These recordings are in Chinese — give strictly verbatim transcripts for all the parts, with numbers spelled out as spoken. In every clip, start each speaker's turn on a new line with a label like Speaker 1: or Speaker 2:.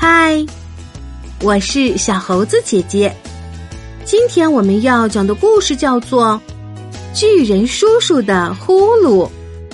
Speaker 1: 嗨，我是小猴子姐姐。今天我们要讲的故事叫做《巨人叔叔的呼噜》。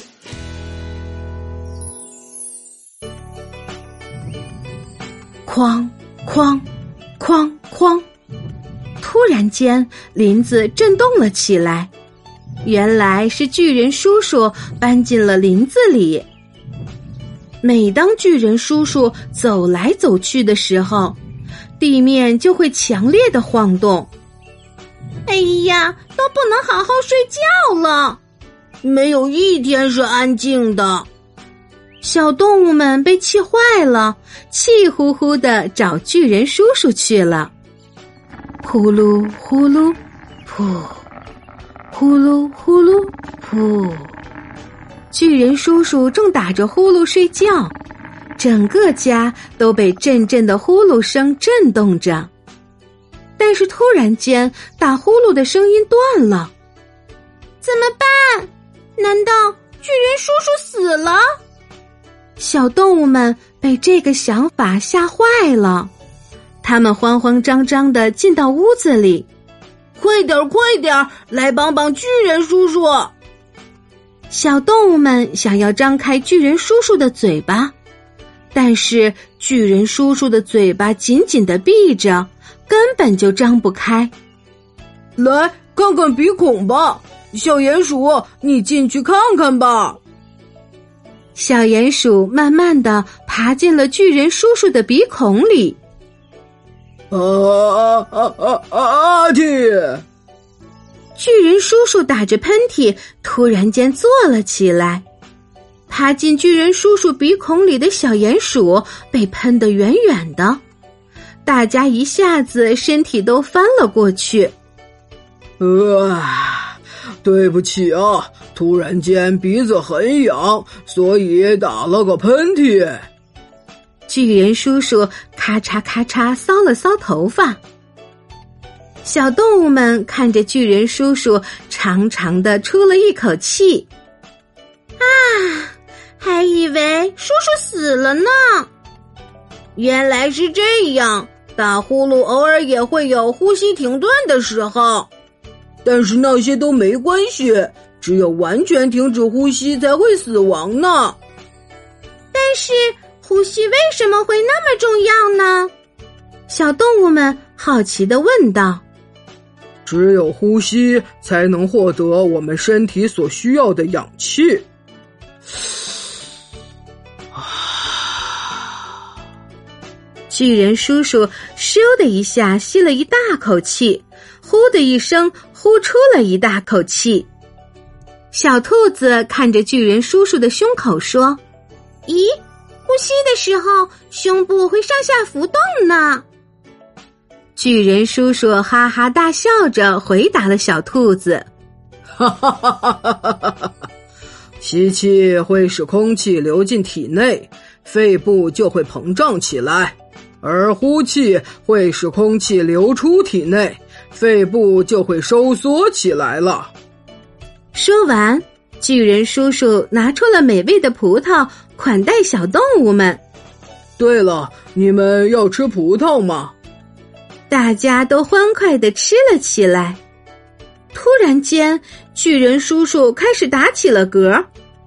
Speaker 1: 哐哐哐哐，突然间林子震动了起来，原来是巨人叔叔搬进了林子里。每当巨人叔叔走来走去的时候，地面就会强烈的晃动。
Speaker 2: 哎呀，都不能好好睡觉了，没有一天是安静的。
Speaker 1: 小动物们被气坏了，气呼呼地找巨人叔叔去了。呼噜呼噜噗，呼噜呼噜噗。巨人叔叔正打着呼噜睡觉，整个家都被阵阵的呼噜声震动着。但是突然间，打呼噜的声音断了。
Speaker 2: 怎么办？难道巨人叔叔死了？
Speaker 1: 小动物们被这个想法吓坏了，他们慌慌张张地进到屋子里。
Speaker 2: 快点快点，来帮帮巨人叔叔！
Speaker 1: 小动物们想要张开巨人叔叔的嘴巴，但是巨人叔叔的嘴巴紧紧地闭着，根本就张不开。
Speaker 2: 来看看鼻孔吧，小鼹鼠，你进去看看吧。
Speaker 1: 小鼹鼠慢慢地爬进了巨人叔叔的鼻孔里。
Speaker 2: 啊啊啊啊啊！嚏！
Speaker 1: 巨人叔叔打着喷嚏，突然间坐了起来。爬进巨人叔叔鼻孔里的小鼹鼠被喷得远远的，大家一下子身体都翻了过去。
Speaker 3: 啊，对不起啊，突然间鼻子很痒，所以打了个喷嚏。
Speaker 1: 巨人叔叔咔嚓咔嚓搔了搔头发。小动物们看着巨人叔叔长长的出了一口气。
Speaker 2: 啊，还以为叔叔死了呢。原来是这样，打呼噜偶尔也会有呼吸停顿的时候，但是那些都没关系，只有完全停止呼吸才会死亡呢。
Speaker 1: 但是呼吸为什么会那么重要呢？小动物们好奇地问道。
Speaker 3: 只有呼吸才能获得我们身体所需要的氧气。
Speaker 1: 巨人叔叔咻的一下吸了一大口气，呼的一声呼出了一大口气。小兔子看着巨人叔叔的胸口说：
Speaker 2: 咦，呼吸的时候胸部会上下浮动呢。
Speaker 1: 巨人叔叔哈哈大笑着回答了小兔子：
Speaker 3: 哈哈哈哈哈哈！吸气会使空气流进体内，肺部就会膨胀起来，而呼气会使空气流出体内，肺部就会收缩起来了。
Speaker 1: 说完，巨人叔叔拿出了美味的葡萄款待小动物们。
Speaker 3: 对了，你们要吃葡萄吗？
Speaker 1: 大家都欢快地吃了起来。突然间，巨人叔叔开始打起了嗝。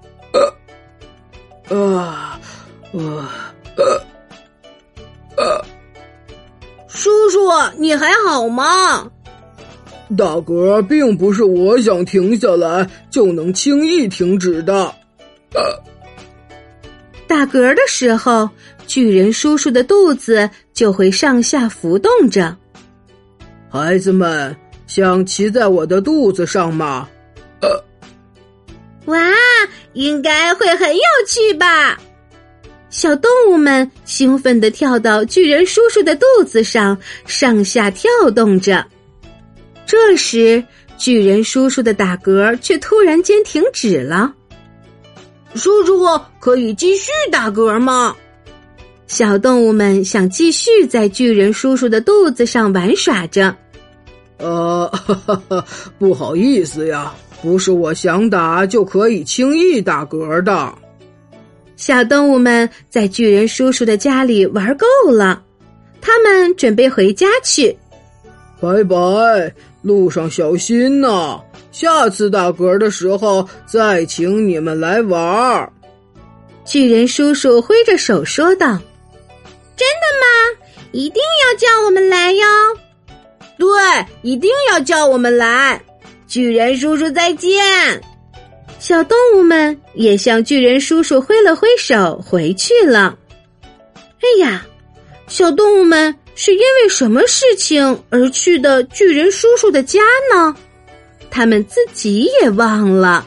Speaker 3: 呃，呃，呃，呃，呃，
Speaker 2: 叔叔，你还好吗？
Speaker 3: 打嗝并不是我想停下来就能轻易停止的。呃，
Speaker 1: 打嗝的时候，巨人叔叔的肚子就会上下浮动着。
Speaker 3: 孩子们，想骑在我的肚子上吗？呃，
Speaker 2: 哇，应该会很有趣吧？
Speaker 1: 小动物们兴奋地跳到巨人叔叔的肚子上，上下跳动着。这时，巨人叔叔的打嗝却突然间停止了。
Speaker 2: 叔叔，可以继续打嗝吗？
Speaker 1: 小动物们想继续在巨人叔叔的肚子上玩耍着。
Speaker 3: 呃，哈哈哈，不好意思呀，不是我想打就可以轻易打嗝的。
Speaker 1: 小动物们在巨人叔叔的家里玩够了，他们准备回家去。
Speaker 3: 拜拜，路上小心呐！下次打嗝的时候再请你们来玩。
Speaker 1: 巨人叔叔挥着手说道。
Speaker 2: 真的吗？一定要叫我们来哟。
Speaker 4: 对，一定要叫我们来。巨人叔叔再见。
Speaker 1: 小动物们也向巨人叔叔挥了挥手回去了。哎呀，小动物们是因为什么事情而去的巨人叔叔的家呢？他们自己也忘了。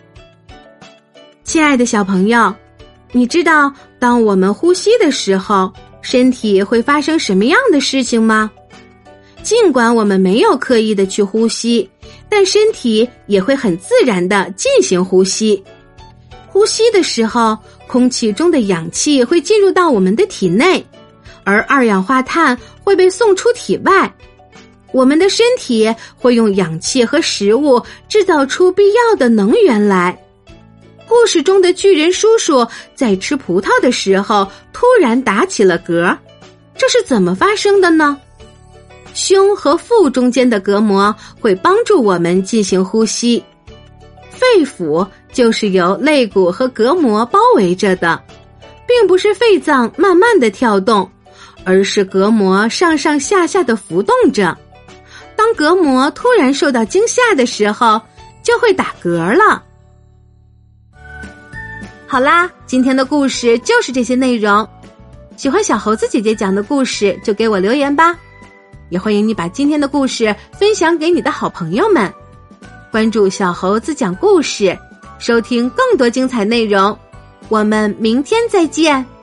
Speaker 1: 亲爱的小朋友，你知道当我们呼吸的时候，身体会发生什么样的事情吗？尽管我们没有刻意的去呼吸，但身体也会很自然地进行呼吸。呼吸的时候，空气中的氧气会进入到我们的体内，而二氧化碳会被送出体外。我们的身体会用氧气和食物制造出必要的能源来。故事中的巨人叔叔在吃葡萄的时候突然打起了嗝，这是怎么发生的呢？胸和腹中间的隔膜会帮助我们进行呼吸，肺腑就是由肋骨和隔膜包围着的，并不是肺脏慢慢的跳动，而是隔膜上上下下的浮动着。当隔膜突然受到惊吓的时候，就会打嗝了。好啦，今天的故事就是这些内容。喜欢小猴子姐姐讲的故事，就给我留言吧。也欢迎你把今天的故事分享给你的好朋友们。关注小猴子讲故事，收听更多精彩内容。我们明天再见。